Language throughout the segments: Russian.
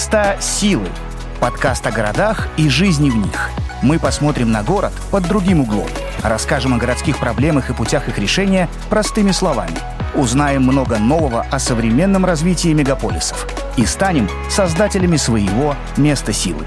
Место силы. Подкаст о городах и жизни в них. Мы посмотрим на город под другим углом. Расскажем о городских проблемах и путях их решения простыми словами. Узнаем много нового о современном развитии мегаполисов. И станем создателями своего места силы.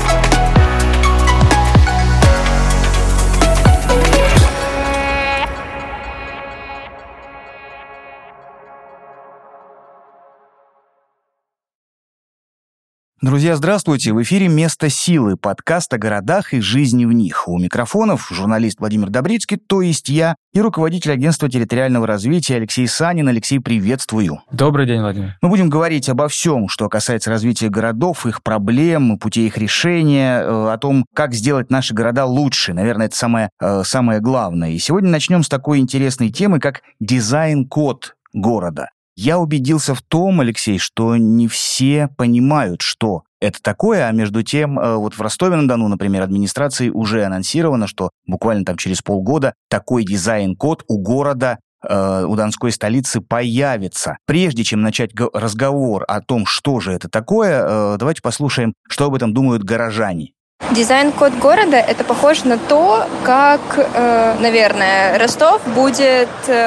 Друзья, здравствуйте! В эфире «Место силы» — подкаст о городах и жизни в них. У микрофонов журналист Владимир Добрицкий, то есть я, и руководитель агентства территориального развития Алексей Санин. Алексей, приветствую! Добрый день, Владимир. Мы будем говорить обо всем, что касается развития городов, их проблем, путей их решения, о том, как сделать наши города лучше. Наверное, это самое главное. И сегодня начнем с такой интересной темы, как дизайн-код города. Я убедился в том, Алексей, что не все понимают, что это такое, а между тем, вот в Ростове-на-Дону, например, администрацией уже анонсировано, что буквально там через полгода такой дизайн-код у города, у донской столицы появится. Прежде чем начать разговор о том, что же это такое, давайте послушаем, что об этом думают горожане. Дизайн-код города – это похоже на то, как, наверное, Ростов будет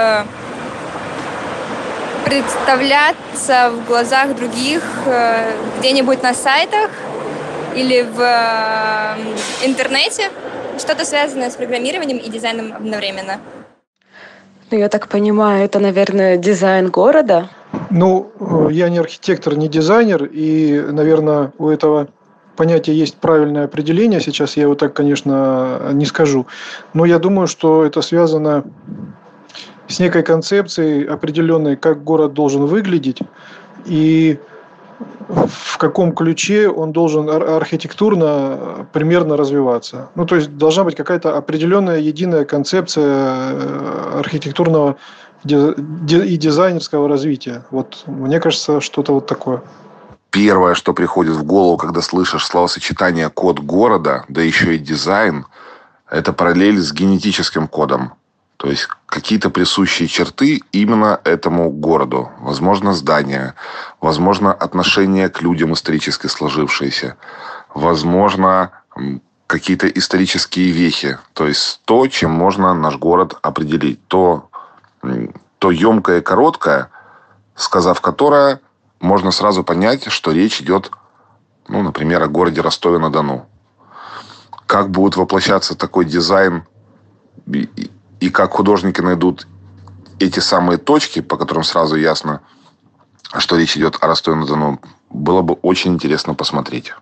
представляться в глазах других где-нибудь на сайтах или в интернете, что-то связанное с программированием и дизайном одновременно. Я так понимаю, это, наверное, дизайн города? Я не архитектор, не дизайнер, и, наверное, у этого понятия есть правильное определение. Сейчас я его так, конечно, не скажу. Но я думаю, что это связано с некой концепцией определенной, как город должен выглядеть и в каком ключе он должен архитектурно примерно развиваться. То есть должна быть какая-то определенная единая концепция архитектурного и дизайнерского развития. Вот мне кажется, что-то вот такое. Первое, что приходит в голову, когда слышишь словосочетание «код города», да еще и дизайн, это параллель с генетическим кодом. То есть какие-то присущие черты именно этому городу. Возможно, здания, возможно, отношение к людям исторически сложившиеся, возможно, какие-то исторические вехи. То есть то, чем можно наш город определить. То емкое и короткое, сказав которое, можно сразу понять, что речь идет, например, о городе Ростове-на-Дону. Как будет воплощаться такой дизайн и как художники найдут эти самые точки, по которым сразу ясно, что речь идет о Ростове-на-Дону, было бы очень интересно посмотреть.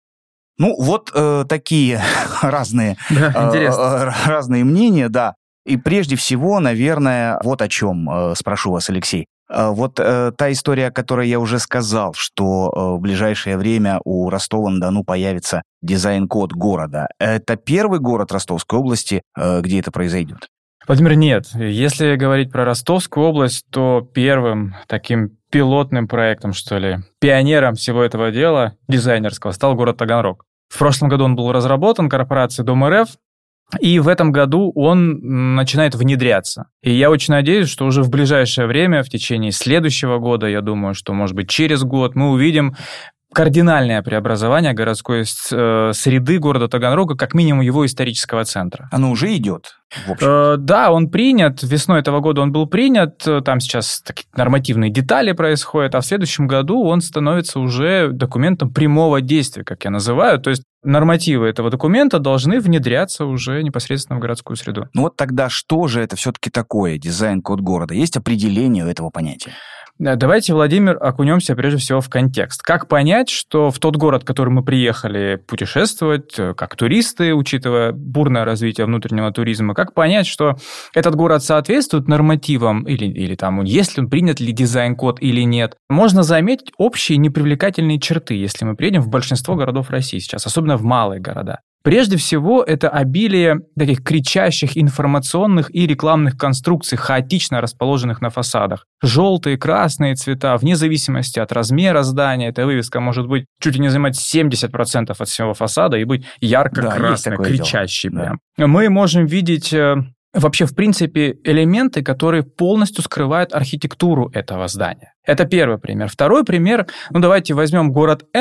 Такие разные мнения, да. И прежде всего, наверное, вот о чем спрошу вас, Алексей. Та история, о которой я уже сказал, что в ближайшее время у Ростова-на-Дону появится дизайн-код города. Это первый город Ростовской области, где это произойдет? Владимир, нет. Если говорить про Ростовскую область, то первым таким пилотным проектом, пионером всего этого дела дизайнерского стал город Таганрог. В прошлом году он был разработан корпорацией Дом РФ, и в этом году он начинает внедряться. И я очень надеюсь, что уже в ближайшее время, в течение следующего года, я думаю, что, может быть, через год мы увидим кардинальное преобразование городской среды города Таганрога, как минимум его исторического центра. Оно уже идет, в общем. Да, он принят. Весной этого года он был принят. Там сейчас такие нормативные детали происходят. А в следующем году он становится уже документом прямого действия, как я называю. То есть нормативы этого документа должны внедряться уже непосредственно в городскую среду. Тогда что же это все-таки такое, дизайн-код города? Есть определение у этого понятия? Давайте, Владимир, окунемся прежде всего в контекст. Как понять, что в тот город, в который мы приехали путешествовать, как туристы, учитывая бурное развитие внутреннего туризма, как понять, что этот город соответствует нормативам или там, есть ли он, принят ли дизайн-код или нет? Можно заметить общие непривлекательные черты, если мы приедем в большинство городов России сейчас, особенно в малые города. Прежде всего, это обилие таких кричащих информационных и рекламных конструкций, хаотично расположенных на фасадах. Желтые, красные цвета, вне зависимости от размера здания. Эта вывеска может быть чуть ли не занимать 70% от всего фасада и быть ярко-красной, кричащей. Да. Мы можем видеть вообще, в принципе, элементы, которые полностью скрывают архитектуру этого здания. Это первый пример. Второй пример, давайте возьмем город Н,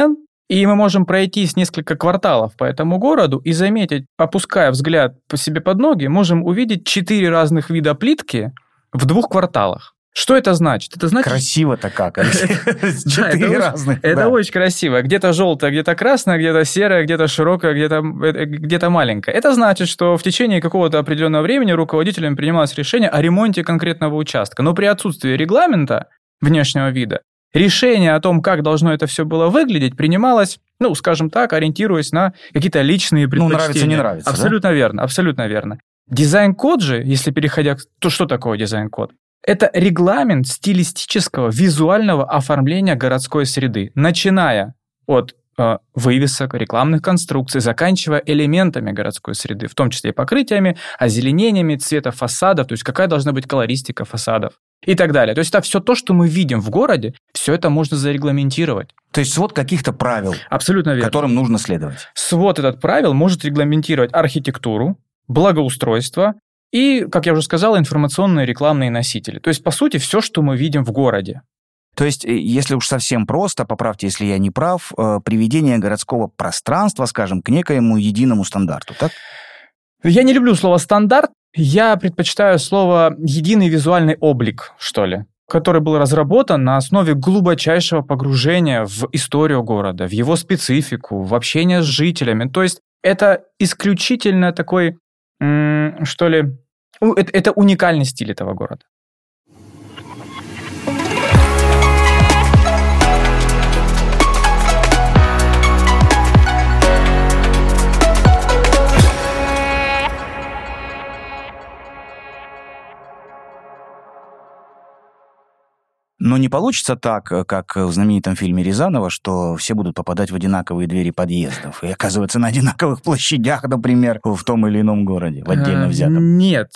И мы можем пройтись несколько кварталов по этому городу и заметить, опуская взгляд по себе под ноги, можем увидеть 4 разных вида плитки в 2 кварталах. Что это значит? Это значит... Красиво-то как. 4 разных. Это очень красиво. Где-то желтое, где-то красное, где-то серое, где-то широкое, где-то маленькое. Это значит, что в течение какого-то определенного времени руководителями принималось решение о ремонте конкретного участка. Но при отсутствии регламента внешнего вида решение о том, как должно это все было выглядеть, принималось, скажем так, ориентируясь на какие-то личные предпочтения. Нравится, не нравится. Абсолютно верно, абсолютно верно. Дизайн-код же, если переходя, то что такое дизайн-код? Это регламент стилистического, визуального оформления городской среды, начиная от вывесок, рекламных конструкций, заканчивая элементами городской среды, в том числе и покрытиями, озеленениями, цвета фасадов, то есть какая должна быть колористика фасадов и так далее. То есть это все то, что мы видим в городе, все это можно зарегламентировать. То есть свод каких-то правил, абсолютно верно, которым нужно следовать. Свод этот правил может регламентировать архитектуру, благоустройство и, как я уже сказал, информационные рекламные носители. То есть, по сути, все, что мы видим в городе. То есть, если уж совсем просто, поправьте, если я не прав, приведение городского пространства, скажем, к некоему единому стандарту, так? Я не люблю слово «стандарт», я предпочитаю слово «единый визуальный облик», что ли, который был разработан на основе глубочайшего погружения в историю города, в его специфику, в общение с жителями. То есть, это исключительно такой... что ли, это уникальный стиль этого города. Но не получится так, как в знаменитом фильме Рязанова, что все будут попадать в одинаковые двери подъездов и оказываться на одинаковых площадях, например, в том или ином городе, в отдельно взятом. Нет,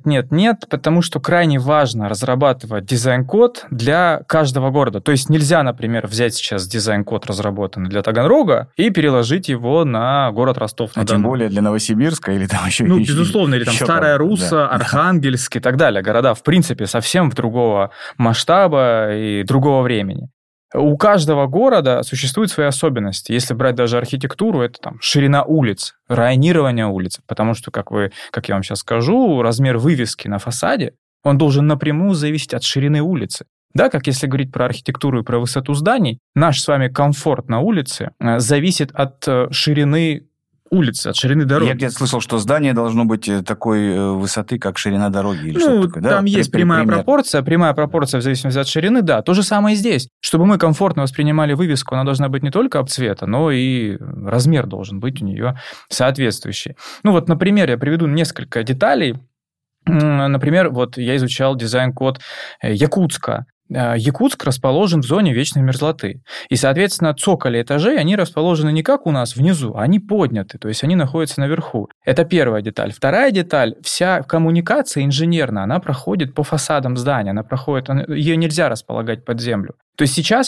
потому что крайне важно разрабатывать дизайн-код для каждого города. То есть нельзя, например, взять сейчас дизайн-код, разработанный для Таганрога, и переложить его на город Ростов-на-Дону. А тем более для Новосибирска или там еще... безусловно, или там Старая Русса, да. Архангельск и так далее. Города, в принципе, совсем другого масштаба и другого времени. У каждого города существуют свои особенности. Если брать даже архитектуру, это там ширина улиц, районирование улиц, потому что, как я вам сейчас скажу, размер вывески на фасаде, он должен напрямую зависеть от ширины улицы. Да, как если говорить про архитектуру и про высоту зданий, наш с вами комфорт на улице зависит от ширины улицы, от ширины дороги. Я где-то слышал, что здание должно быть такой высоты, как ширина дороги. Или что-то такое, там есть прямая пропорция в зависимости от ширины, да. То же самое и здесь. Чтобы мы комфортно воспринимали вывеску, она должна быть не только обцвета, но и размер должен быть у нее соответствующий. Например, я приведу несколько деталей. Например, я изучал дизайн-код Якутска. Якутск расположен в зоне вечной мерзлоты. И, соответственно, цоколи этажей, они расположены не как у нас внизу, а они подняты, то есть они находятся наверху. Это первая деталь. Вторая деталь, вся коммуникация инженерная, она проходит по фасадам здания, ее нельзя располагать под землю. То есть сейчас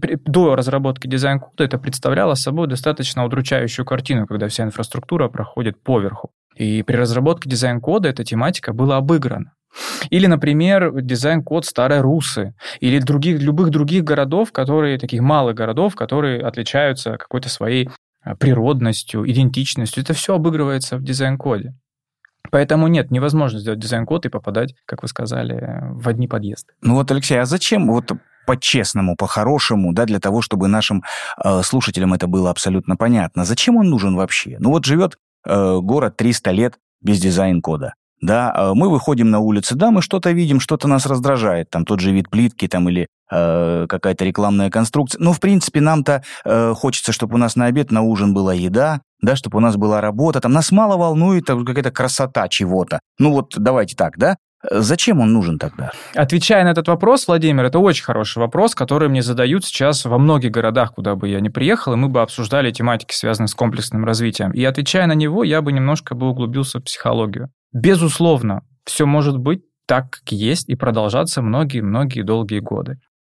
до разработки дизайн-кода это представляло собой достаточно удручающую картину, когда вся инфраструктура проходит поверху. И при разработке дизайн-кода эта тематика была обыграна. Или, например, дизайн-код Старой Руссы, или любых других городов, таких малых городов, которые отличаются какой-то своей природностью, идентичностью. Это все обыгрывается в дизайн-коде. Поэтому невозможно сделать дизайн-код и попадать, как вы сказали, в одни подъезды. Алексей, а зачем по-честному, по-хорошему, да, для того, чтобы нашим слушателям это было абсолютно понятно, зачем он нужен вообще? Живет город 300 лет без дизайн-кода. Да, мы выходим на улицы, да, мы что-то видим, что-то нас раздражает, там тот же вид плитки там, или какая-то рекламная конструкция. В принципе, нам-то хочется, чтобы у нас на обед, на ужин была еда, да, чтобы у нас была работа, там нас мало волнует какая-то красота чего-то. Давайте так, да? Зачем он нужен тогда? Отвечая на этот вопрос, Владимир, это очень хороший вопрос, который мне задают сейчас во многих городах, куда бы я ни приехал, и мы бы обсуждали тематики, связанные с комплексным развитием. И отвечая на него, я бы немножко углубился в психологию. Безусловно, все может быть так, как есть, и продолжаться многие-многие долгие годы.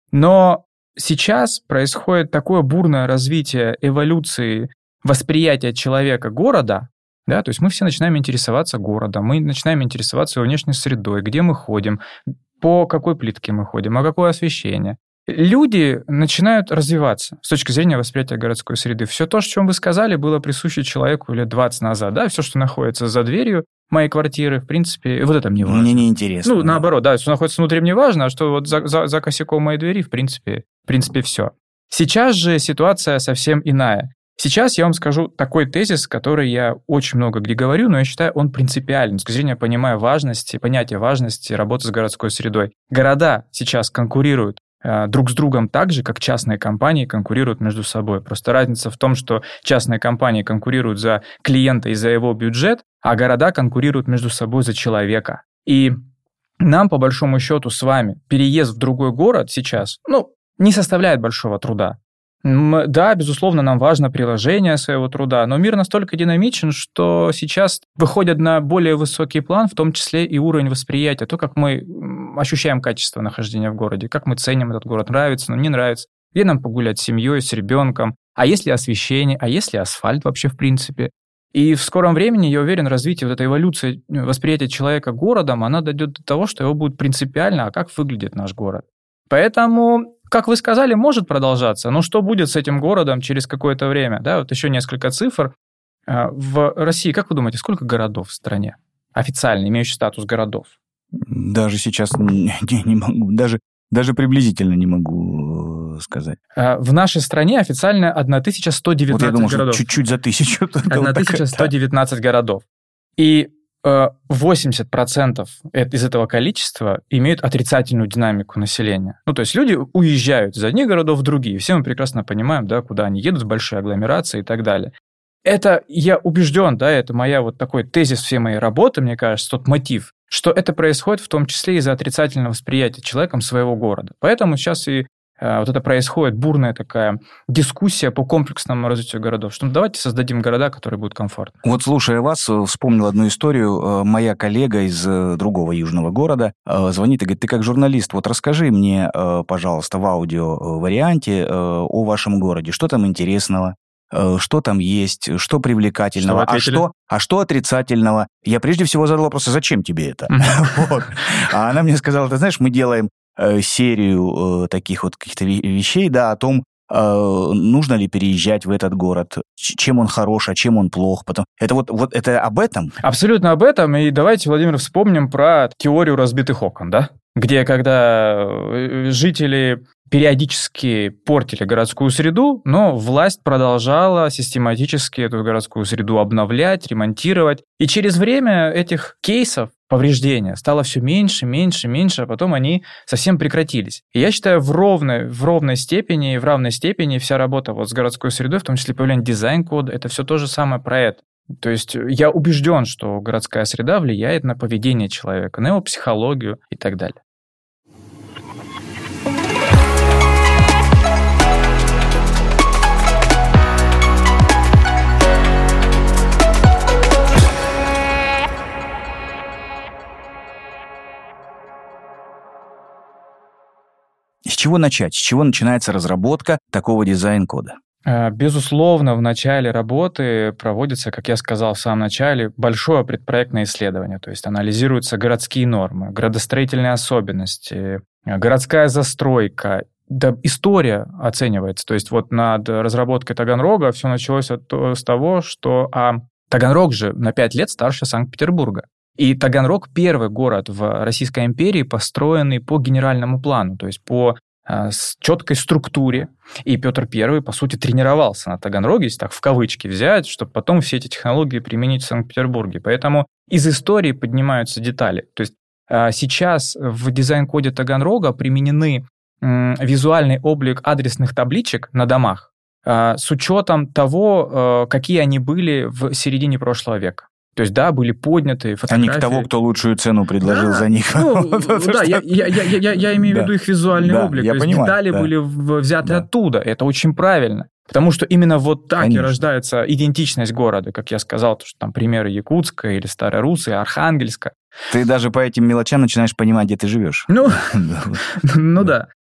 Но сейчас происходит такое бурное развитие эволюции восприятия человека города, да, то есть мы все начинаем интересоваться городом, мы начинаем интересоваться его внешней средой, где мы ходим, по какой плитке мы ходим, а какое освещение. люди начинают развиваться с точки зрения восприятия городской среды. Все то, о чем вы сказали, было присуще человеку лет 20 назад. Да? Все, что находится за дверью моей квартиры, в принципе, вот это мне важно. Мне неинтересно. Ну, наоборот, да, что находится внутри, мне важно, а что вот за косяком моей двери, в принципе, все. Сейчас же ситуация совсем иная. Сейчас я вам скажу такой тезис, который я очень много где говорю, но я считаю, он принципиален. С точки зрения понятия важности работы с городской средой. Города сейчас конкурируют друг с другом так же, как частные компании конкурируют между собой. Просто разница в том, что частные компании конкурируют за клиента и за его бюджет, а города конкурируют между собой за человека. И нам, по большому счету, с вами переезд в другой город сейчас, не составляет большого труда. Да, безусловно, нам важно приложение своего труда, но мир настолько динамичен, что сейчас выходят на более высокий план, в том числе и уровень восприятия, то, как мы ощущаем качество нахождения в городе, как мы ценим этот город, нравится, но не нравится, где нам погулять с семьей, с ребенком, а есть ли освещение, а есть ли асфальт вообще в принципе. И в скором времени, я уверен, развитие вот этой эволюции восприятия человека городом, она дойдет до того, что его будет принципиально, а как выглядит наш город. Поэтому, как вы сказали, может продолжаться, но что будет с этим городом через какое-то время? Да, вот еще несколько цифр. В России, как вы думаете, сколько городов в стране? Официально, имеющих статус городов? Даже сейчас не могу, даже приблизительно не могу сказать. В нашей стране официально 1119 вот я думал, городов. Что чуть-чуть за 1000. 1119 городов. И 80% из этого количества имеют отрицательную динамику населения. То есть люди уезжают из одних городов в другие. Все мы прекрасно понимаем, да, куда они едут, большие агломерации и так далее. Это, я убежден, да, это моя вот такой тезис всей моей работы, мне кажется, тот мотив, что это происходит в том числе из-за отрицательного восприятия человеком своего города. Поэтому сейчас и вот это происходит бурная такая дискуссия по комплексному развитию городов, что давайте создадим города, которые будут комфортны. Вот слушая вас, вспомнил одну историю. Моя коллега из другого южного города звонит и говорит: ты как журналист, вот расскажи мне, пожалуйста, в аудио-варианте о вашем городе, что там интересного, что там есть, что привлекательного, что отрицательного. Я прежде всего задал вопрос: а зачем тебе это? А она мне сказала: ты знаешь, мы делаем серию таких вот каких-то вещей, да, о том, нужно ли переезжать в этот город, чем он хорош, а чем он плох. Потом это вот это об этом? Абсолютно об этом. И давайте, Владимир, вспомним про теорию разбитых окон, да? Где когда жители периодически портили городскую среду, но власть продолжала систематически эту городскую среду обновлять, ремонтировать. И через время этих кейсов повреждения стало все меньше, а потом они совсем прекратились. И я считаю, в равной степени вся работа вот с городской средой, в том числе появление дизайн-кода, это все то же самое про это. То есть я убежден, что городская среда влияет на поведение человека, на его психологию и так далее. С чего начать? С чего начинается разработка такого дизайн-кода? Безусловно, в начале работы проводится, как я сказал в самом начале, большое предпроектное исследование. То есть анализируются городские нормы, градостроительные особенности, городская застройка. Да, история оценивается. То есть вот над разработкой Таганрога все началось с того, что Таганрог же на 5 лет старше Санкт-Петербурга. И Таганрог – первый город в Российской империи, построенный по генеральному плану, то есть по четкой структуре. И Петр I, по сути, тренировался на Таганроге, если так в кавычки взять, чтобы потом все эти технологии применить в Санкт-Петербурге. Поэтому из истории поднимаются детали. То есть сейчас в дизайн-коде Таганрога применены визуальный облик адресных табличек на домах с учетом того, какие они были в середине прошлого века. То есть, да, были подняты фотографии. А не к того, кто лучшую цену предложил за них. Да, я имею в виду их визуальный облик. То есть детали были взяты оттуда. Это очень правильно. Потому что именно вот так и рождается идентичность города. Как я сказал, что там примеры Якутска или Старой Руссы, Архангельска. Ты даже по этим мелочам начинаешь понимать, где ты живешь. Ну да.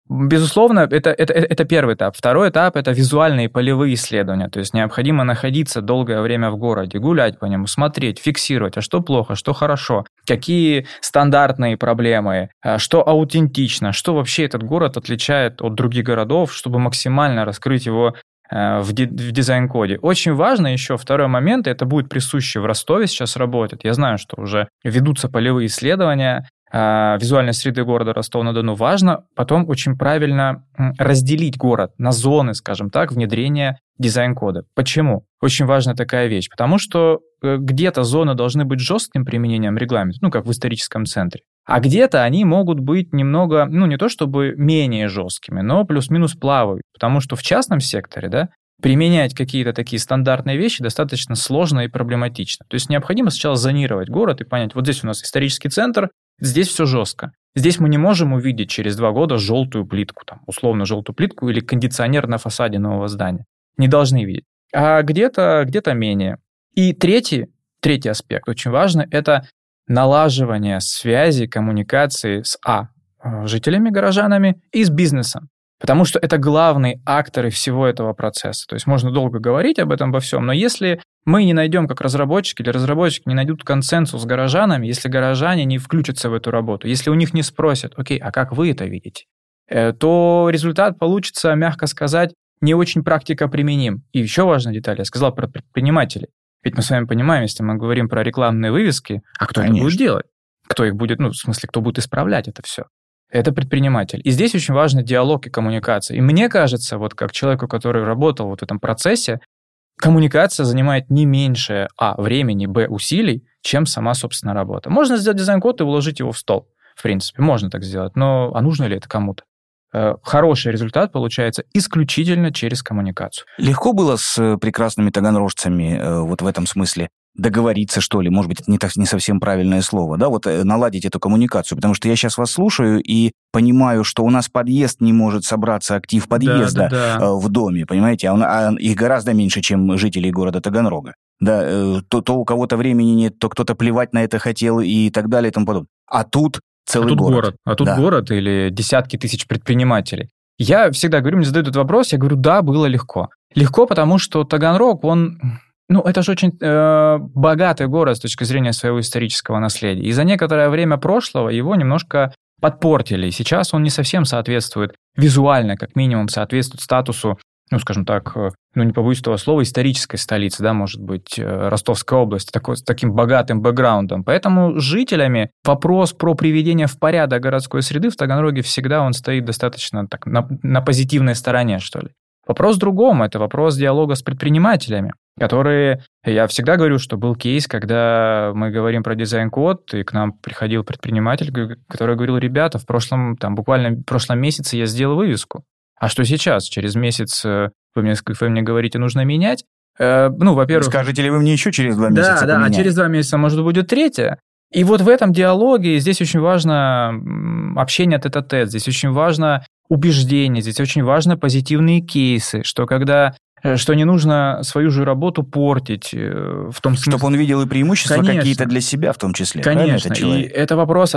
Безусловно, это первый этап. Второй этап – это визуальные и полевые исследования. То есть необходимо находиться долгое время в городе, гулять по нему, смотреть, фиксировать, а что плохо, что хорошо, какие стандартные проблемы, что аутентично, что вообще этот город отличает от других городов, чтобы максимально раскрыть его в дизайн-коде. Очень важно еще второй момент, и это будет присуще в Ростове сейчас работать. Я знаю, что уже ведутся полевые исследования визуальной среды города Ростова-на-Дону. Важно потом очень правильно разделить город на зоны, скажем так, внедрения дизайн-кода. Почему? Очень важна такая вещь. Потому что где-то зоны должны быть жестким применением регламента, как в историческом центре. А где-то они могут быть немного, не то чтобы менее жесткими, но плюс-минус плавают. Потому что в частном секторе, да, применять какие-то такие стандартные вещи достаточно сложно и проблематично. То есть необходимо сначала зонировать город и понять, вот здесь у нас исторический центр, здесь все жестко. Здесь мы не можем увидеть через 2 года желтую плитку, условно желтую плитку или кондиционер на фасаде нового здания. Не должны видеть. А где-то менее. И третий аспект очень важный – это налаживание связи, коммуникации с жителями, горожанами и с бизнесом. Потому что это главные акторы всего этого процесса. То есть можно долго говорить об этом, обо всем, но если мы не найдем, как разработчики, или разработчики не найдут консенсус с горожанами, если горожане не включатся в эту работу, если у них не спросят, окей, а как вы это видите, то результат получится, мягко сказать, не очень практикоприменим. И еще важная деталь, я сказал про предпринимателей. Ведь мы с вами понимаем, если мы говорим про рекламные вывески, а кто это будет делать? Кто их будет, кто будет исправлять это все? Это предприниматель. И здесь очень важен диалог и коммуникация. И мне кажется, вот как человеку, который работал в этом процессе, коммуникация занимает не меньше времени, усилий, чем сама, собственно, работа. Можно сделать дизайн-код и уложить его в стол. В принципе, можно так сделать. Но нужно ли это кому-то? Хороший результат получается исключительно через коммуникацию. Легко было с прекрасными таганрожцами вот в этом смысле договориться, что ли, может быть, это не совсем правильное слово, да, вот наладить эту коммуникацию, потому что я сейчас вас слушаю и понимаю, что у нас подъезд не может собраться, актив подъезда в доме, понимаете, а их гораздо меньше, чем жителей города Таганрога. Да, то у кого-то времени нет, то кто-то плевать на это хотел и так далее и тому подобное. А тут целый город. Город или десятки тысяч предпринимателей. Я всегда говорю, мне задают этот вопрос, я говорю, да, было легко. Легко, потому что Таганрог, это же очень богатый город с точки зрения своего исторического наследия. И за некоторое время прошлого его немножко подпортили. И сейчас он не совсем соответствует, визуально, как минимум, соответствует статусу, скажем так, не побоюсь этого слова, исторической столицы, да, может быть, Ростовской области, с таким богатым бэкграундом. Поэтому жителями вопрос про приведение в порядок городской среды в Таганроге всегда он стоит достаточно так на позитивной стороне, что ли. Вопрос в другом, это вопрос диалога с предпринимателями, которые, я всегда говорю, что был кейс, когда мы говорим про дизайн-код, и к нам приходил предприниматель, который говорил, ребята, буквально в прошлом месяце я сделал вывеску. А что сейчас? Через месяц вы мне говорите, нужно менять? Во-первых... Скажете ли вы мне еще через 2 месяца поменять? Да, а через 2 месяца, может, будет 3. И вот в этом диалоге здесь очень важно общение тет-а-тет, здесь очень важно убеждение, здесь очень важно позитивные кейсы, что не нужно свою же работу портить в том смысле... Чтобы он видел и преимущества какие-то для себя в том числе. Конечно, и это вопрос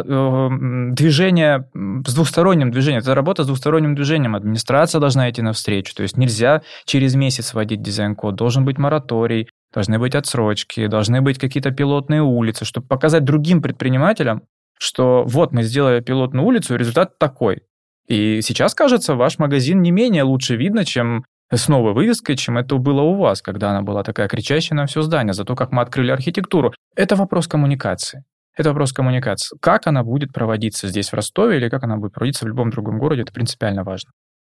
движения с двухсторонним движением. Это работа с двухсторонним движением. Администрация должна идти навстречу. То есть нельзя через месяц вводить дизайн-код. Должен быть мораторий, должны быть отсрочки, должны быть какие-то пилотные улицы, чтобы показать другим предпринимателям, что вот мы сделали пилотную улицу, и результат такой. И сейчас, кажется, ваш магазин не менее лучше видно, чем с новой вывеской, чем это было у вас, когда она была такая кричащая на все здание, за то, как мы открыли архитектуру. Это вопрос коммуникации. Как она будет проводиться здесь, в Ростове, или как она будет проводиться в любом другом городе, это принципиально важно.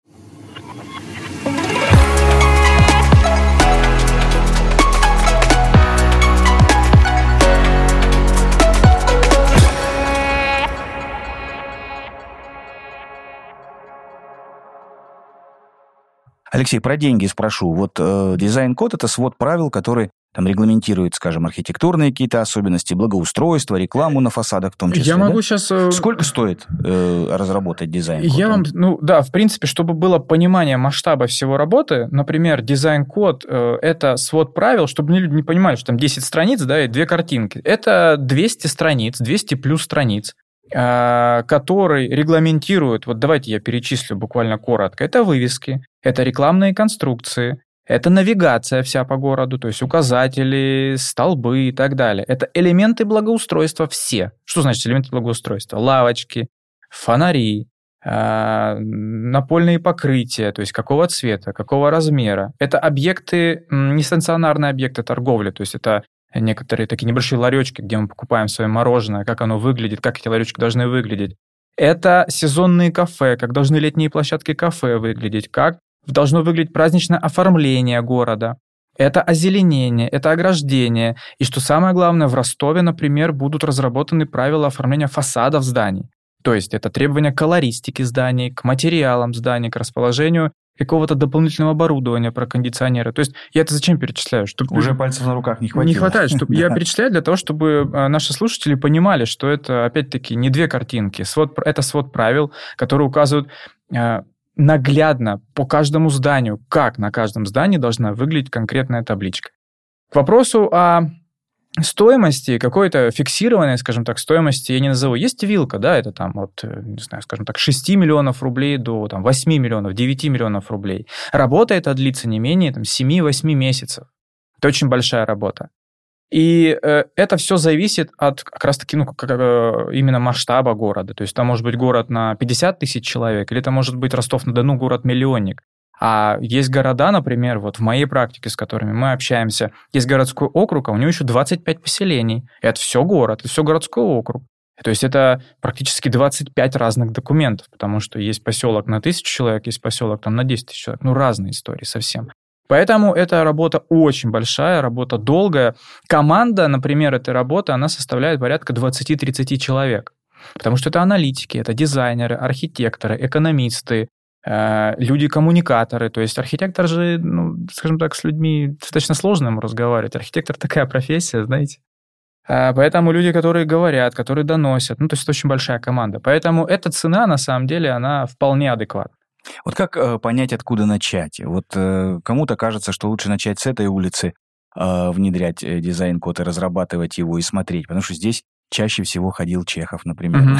Алексей, про деньги спрошу. Вот дизайн-код – это свод правил, который регламентирует, скажем, архитектурные какие-то особенности, благоустройство, рекламу на фасадах в том числе. Я могу сейчас... Сколько стоит разработать дизайн-код? В принципе, чтобы было понимание масштаба всего работы, например, дизайн-код – это свод правил, чтобы люди не понимали, что там 10 страниц, да, и 2 картинки. Это 200 страниц, 200 плюс страниц. который регламентирует, вот давайте я перечислю буквально коротко, это вывески, это рекламные конструкции, это навигация вся по городу, то есть указатели, столбы и так далее. Это элементы благоустройства все. Что значит элементы благоустройства? Лавочки, фонари, напольные покрытия, то есть какого цвета, какого размера. Это объекты, нестационарные объекты торговли, то есть это некоторые такие небольшие ларечки, где мы покупаем свое мороженое, как оно выглядит, как эти ларечки должны выглядеть. Это сезонные кафе, как должны летние площадки кафе выглядеть, как должно выглядеть праздничное оформление города. Это озеленение, это ограждение. И что самое главное, в Ростове, например, будут разработаны правила оформления фасадов зданий. То есть это требования к колористике зданий, к материалам зданий, к расположению какого-то дополнительного оборудования про кондиционеры. То есть я это зачем перечисляю? Чтобы уже пальцев на руках не хватило. Не хватает. Я перечисляю для того, чтобы наши слушатели понимали, что это, опять-таки, не две картинки. Это свод правил, которые указывают наглядно по каждому зданию, как на каждом здании должна выглядеть конкретная табличка. К вопросу о стоимости, какой-то фиксированной, скажем так, стоимости я не назову. Есть вилка, да, это там от, не знаю, скажем так, 6 миллионов рублей до там, 8 миллионов, 9 миллионов рублей. Работа эта длится не менее там, 7-8 месяцев. Это очень большая работа. И это все зависит от как раз-таки именно масштаба города. То есть там может быть город на 50 тысяч человек, или это может быть Ростов-на-Дону город-миллионник. А есть города, например, вот в моей практике, с которыми мы общаемся, есть городской округ, а у него еще 25 поселений. И это все город, это все городской округ. То есть это практически 25 разных документов, потому что есть поселок на 1000 человек, есть поселок там на 10 тысяч человек. Разные истории совсем. Поэтому эта работа очень большая, работа долгая. Команда, например, этой работы, она составляет порядка 20-30 человек. Потому что это аналитики, это дизайнеры, архитекторы, экономисты, люди-коммуникаторы. То есть архитектор же, скажем так, с людьми достаточно сложно ему разговаривать. Архитектор такая профессия, знаете. Поэтому люди, которые говорят, которые доносят, то есть это очень большая команда. Поэтому эта цена, на самом деле, она вполне адекватна. Вот как понять, откуда начать? Вот кому-то кажется, что лучше начать с этой улицы, внедрять дизайн-код и разрабатывать его и смотреть, потому что здесь чаще всего ходил Чехов, например.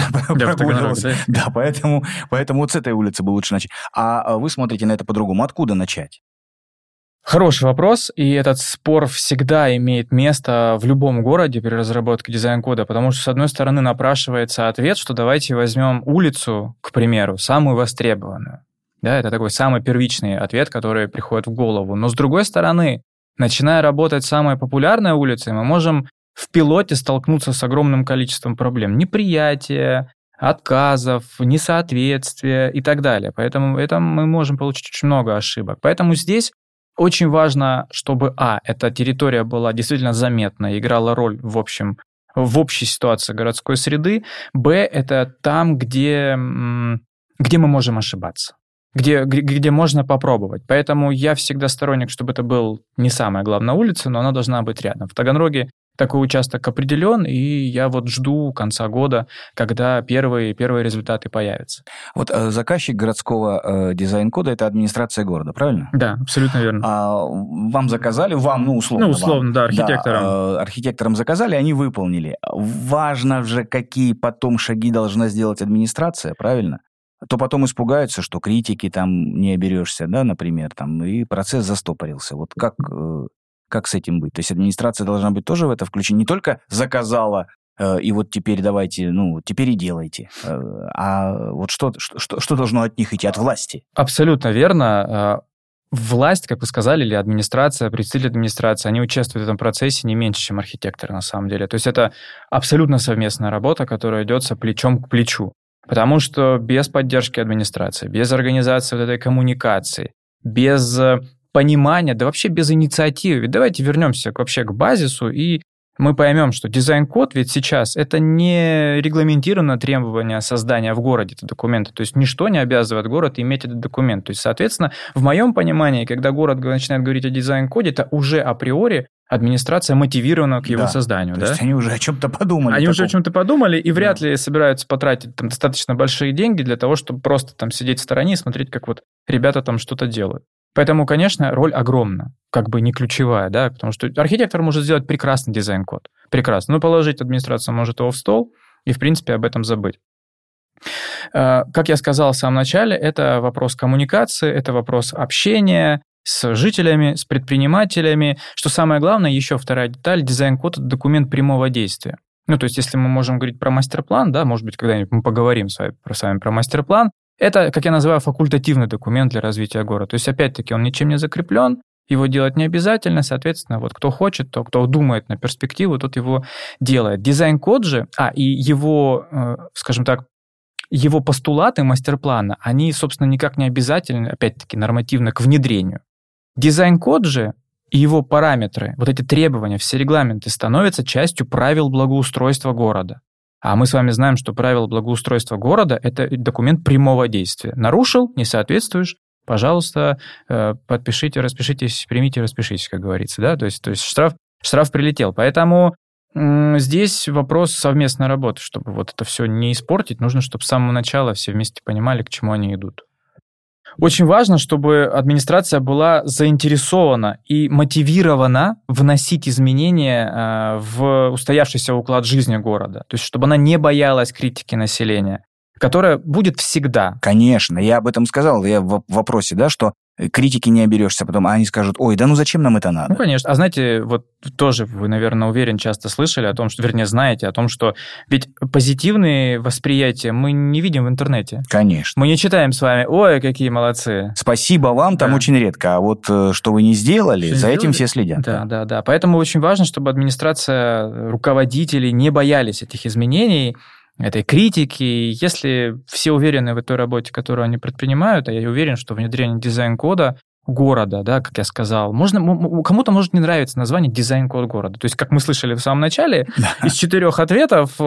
Да, поэтому вот с этой улицы бы лучше начать. А вы смотрите на это по-другому. Откуда начать? Хороший вопрос, и этот спор всегда имеет место в любом городе при разработке дизайн-кода, потому что, с одной стороны, напрашивается ответ, что давайте возьмем улицу, к примеру, самую востребованную. Да, это такой самый первичный ответ, который приходит в голову. Но, с другой стороны, начиная работать с самой популярной улицей, мы можем в пилоте столкнуться с огромным количеством проблем. Неприятия, отказов, несоответствия и так далее. Поэтому это мы можем получить очень много ошибок. Поэтому здесь очень важно, чтобы, эта территория была действительно заметна, играла роль в общей ситуации городской среды, это там, где мы можем ошибаться, где можно попробовать. Поэтому я всегда сторонник, чтобы это был не самая главная улица, но она должна быть рядом. В Таганроге такой участок определен, и я вот жду конца года, когда первые результаты появятся. Вот заказчик городского дизайн-кода – это администрация города, правильно? Да, абсолютно верно. Вам заказали, условно. Условно, да, архитекторам. Да, архитекторам заказали, они выполнили. Важно же, какие потом шаги должна сделать администрация, правильно? То потом испугаются, что критики там не оберешься, да, например, и процесс застопорился. Вот как с этим быть? То есть администрация должна быть тоже в это включена, не только заказала, и вот теперь давайте, теперь и делайте. А вот что должно от них идти, от власти? Абсолютно верно. Власть, как вы сказали, или администрация, представители администрации, они участвуют в этом процессе не меньше, чем архитекторы на самом деле. То есть это абсолютно совместная работа, которая идется плечом к плечу. Потому что без поддержки администрации, без организации вот этой коммуникации, без понимания, да вообще без инициативы. Ведь давайте вернемся вообще к базису, и мы поймем, что дизайн-код ведь сейчас это не регламентированное требование создания в городе этого документа. То есть ничто не обязывает город иметь этот документ. То есть, соответственно, в моем понимании, когда город начинает говорить о дизайн-коде, это уже априори администрация мотивирована к его созданию. То есть они уже о чем-то подумали. Они уже о чем-то подумали и вряд ли собираются потратить достаточно большие деньги для того, чтобы просто сидеть в стороне и смотреть, как вот ребята там что-то делают. Поэтому, конечно, роль огромна, не ключевая, да, потому что архитектор может сделать прекрасный дизайн-код, прекрасно. Положить администрация может его в стол, и, в принципе, об этом забыть. Как я сказал в самом начале, это вопрос коммуникации, это вопрос общения с жителями, с предпринимателями. Что самое главное, еще вторая деталь, дизайн-код – это документ прямого действия. Ну, то есть, если мы можем говорить про мастер-план, да, может быть, когда-нибудь мы поговорим с вами про мастер-план, это, как я называю, факультативный документ для развития города. То есть, опять-таки, он ничем не закреплен, его делать не обязательно, соответственно, вот кто хочет, кто думает на перспективу, тот его делает. Дизайн-код же, и его, скажем так, его постулаты мастер-плана, они, собственно, никак не обязательны, опять-таки, нормативно к внедрению. Дизайн-код же и его параметры, вот эти требования, все регламенты становятся частью правил благоустройства города. А мы с вами знаем, что правила благоустройства города – это документ прямого действия. Нарушил, не соответствуешь, пожалуйста, подпишите, распишитесь, примите, распишитесь, как говорится. Да? То есть штраф прилетел. Поэтому здесь вопрос совместной работы. Чтобы вот это все не испортить, нужно, чтобы с самого начала все вместе понимали, к чему они идут. Очень важно, чтобы администрация была заинтересована и мотивирована вносить изменения в устоявшийся уклад жизни города. То есть, чтобы она не боялась критики населения, которая будет всегда. Конечно, я об этом сказал, я в вопросе, да, что критики не оберешься потом, а они скажут, ой, да ну зачем нам это надо? Ну, конечно. А знаете, вот тоже вы, наверное, уверен, часто слышали о том, что, вернее, знаете о том, что ведь позитивные восприятия мы не видим в интернете. Конечно. Мы не читаем с вами, ой, какие молодцы. Спасибо вам, там очень редко, а вот что вы не сделали, что за не этим сделали? все следят. Да. Поэтому очень важно, чтобы администрация, руководители не боялись этих изменений, этой критики. Если все уверены в той работе, которую они предпринимают, а я уверен, что внедрение дизайн-кода города, да, как я сказал, кому-то может не нравиться название дизайн-код города. То есть, как мы слышали в самом начале, из 4 ответов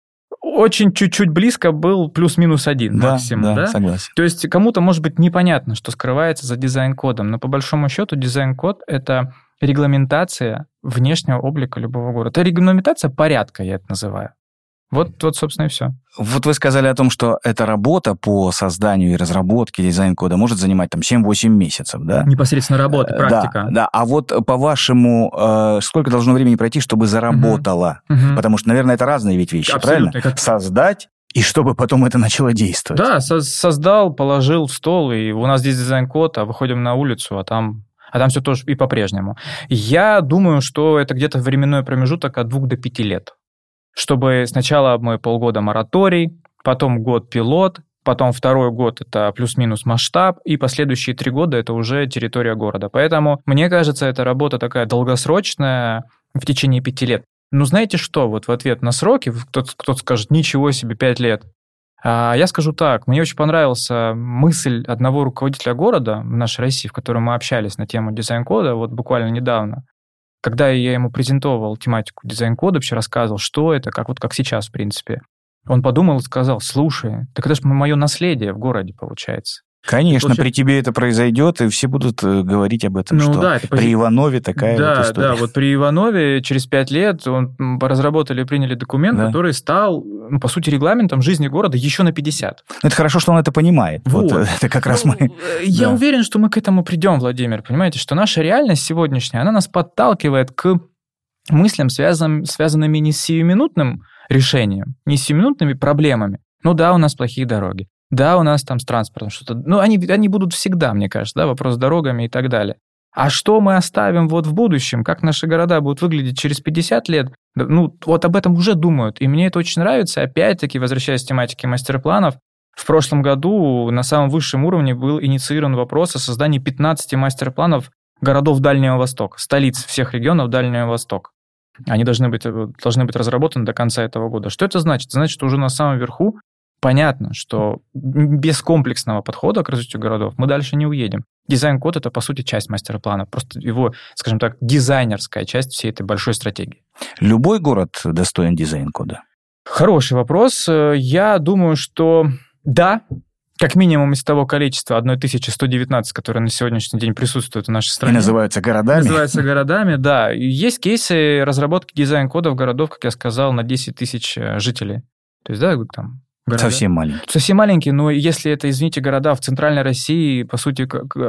очень чуть-чуть близко был плюс-минус 1 максимум. Да, согласен. То есть, кому-то может быть непонятно, что скрывается за дизайн-кодом, но по большому счету дизайн-код – это регламентация внешнего облика любого города. Это регламентация порядка, я это называю. Вот, собственно, и все. Вот вы сказали о том, что эта работа по созданию и разработке дизайн-кода может занимать там 7-8 месяцев, да? Непосредственно работа, практика. Да. А вот по-вашему, сколько должно времени пройти, чтобы заработало? Потому что, наверное, это разные ведь вещи, абсолютно, правильно? Создать, и чтобы потом это начало действовать. Да, создал, положил в стол, и у нас здесь дизайн-код, а выходим на улицу, а там все тоже и по-прежнему. Я думаю, что это где-то временной промежуток от 2 до 5 лет. Чтобы сначала мы полгода мораторий, потом год пилот, потом 2-й год это плюс-минус масштаб, и последующие 3 года это уже территория города. Поэтому, мне кажется, эта работа такая долгосрочная в течение 5 лет. Но знаете что, вот в ответ на сроки, кто-то скажет, ничего себе, 5 лет. А я скажу так, мне очень понравилась мысль одного руководителя города в нашей России, в котором мы общались на тему дизайн-кода, вот буквально недавно. Когда я ему презентовал тематику дизайн-кода, вообще рассказывал, что это, как сейчас, в принципе, он подумал и сказал, слушай, так это же мое наследие в городе, получается. Конечно, при тебе это произойдет, и все будут говорить об этом, при Иванове такая вот история. Да, вот при Иванове через 5 лет разработали и приняли документ, который стал, по сути, регламентом жизни города еще на 50. Это хорошо, что он это понимает. Вот это как раз мы... Я уверен, что мы к этому придем, Владимир, понимаете, что наша реальность сегодняшняя, она нас подталкивает к мыслям, связанными не с сиюминутным решением, не с сиюминутными проблемами. Ну да, у нас плохие дороги. Да, у нас там с транспортом что-то... Ну, они будут всегда, мне кажется, да, вопрос с дорогами и так далее. А что мы оставим вот в будущем? Как наши города будут выглядеть через 50 лет? Ну, вот об этом уже думают. И мне это очень нравится. Опять-таки, возвращаясь к тематике мастер-планов, в прошлом году на самом высшем уровне был инициирован вопрос о создании 15 мастер-планов городов Дальнего Востока, столиц всех регионов Дальнего Востока. Они должны быть разработаны до конца этого года. Что это значит? Это значит, что уже на самом верху понятно, что без комплексного подхода к развитию городов мы дальше не уедем. Дизайн-код – это, по сути, часть мастер-плана, просто его, скажем так, дизайнерская часть всей этой большой стратегии. Любой город достоин дизайн-кода? Хороший вопрос. Я думаю, что да, как минимум из того количества 1119, которое на сегодняшний день присутствует в нашей стране. И называются городами. Называются городами, да. Есть кейсы разработки дизайн-кодов городов, как я сказал, на 10 тысяч жителей. То есть, да, там... Города. Совсем маленькие. Совсем маленькие, но если это, извините, города в центральной России, по сути,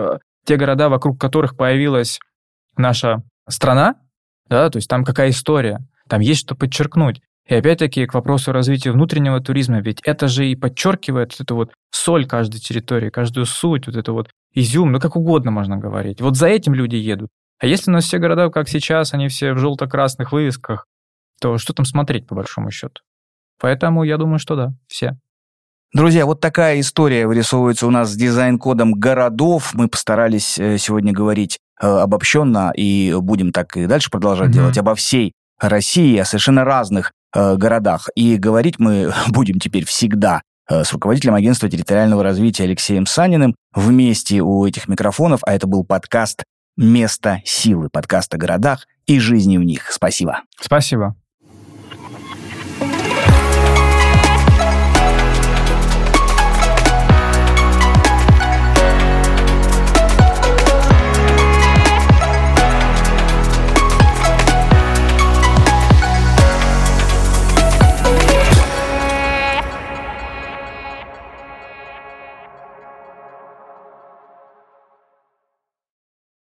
те города, вокруг которых появилась наша страна, да, то есть там какая история, там есть что подчеркнуть. И опять-таки к вопросу развития внутреннего туризма, ведь это же и подчеркивает эту вот соль каждой территории, каждую суть, вот это вот изюм, как угодно можно говорить. Вот за этим люди едут. А если у нас все города, как сейчас, они все в желто-красных вывесках, то что там смотреть, по большому счету? Поэтому я думаю, что да, все. Друзья, вот такая история вырисовывается у нас с дизайн-кодом городов. Мы постарались сегодня говорить обобщенно, и будем так и дальше продолжать делать, обо всей России, о совершенно разных городах. И говорить мы будем теперь всегда с руководителем агентства территориального развития Алексеем Саниным вместе у этих микрофонов, а это был подкаст «Место силы», подкаст о городах и жизни в них. Спасибо. Спасибо.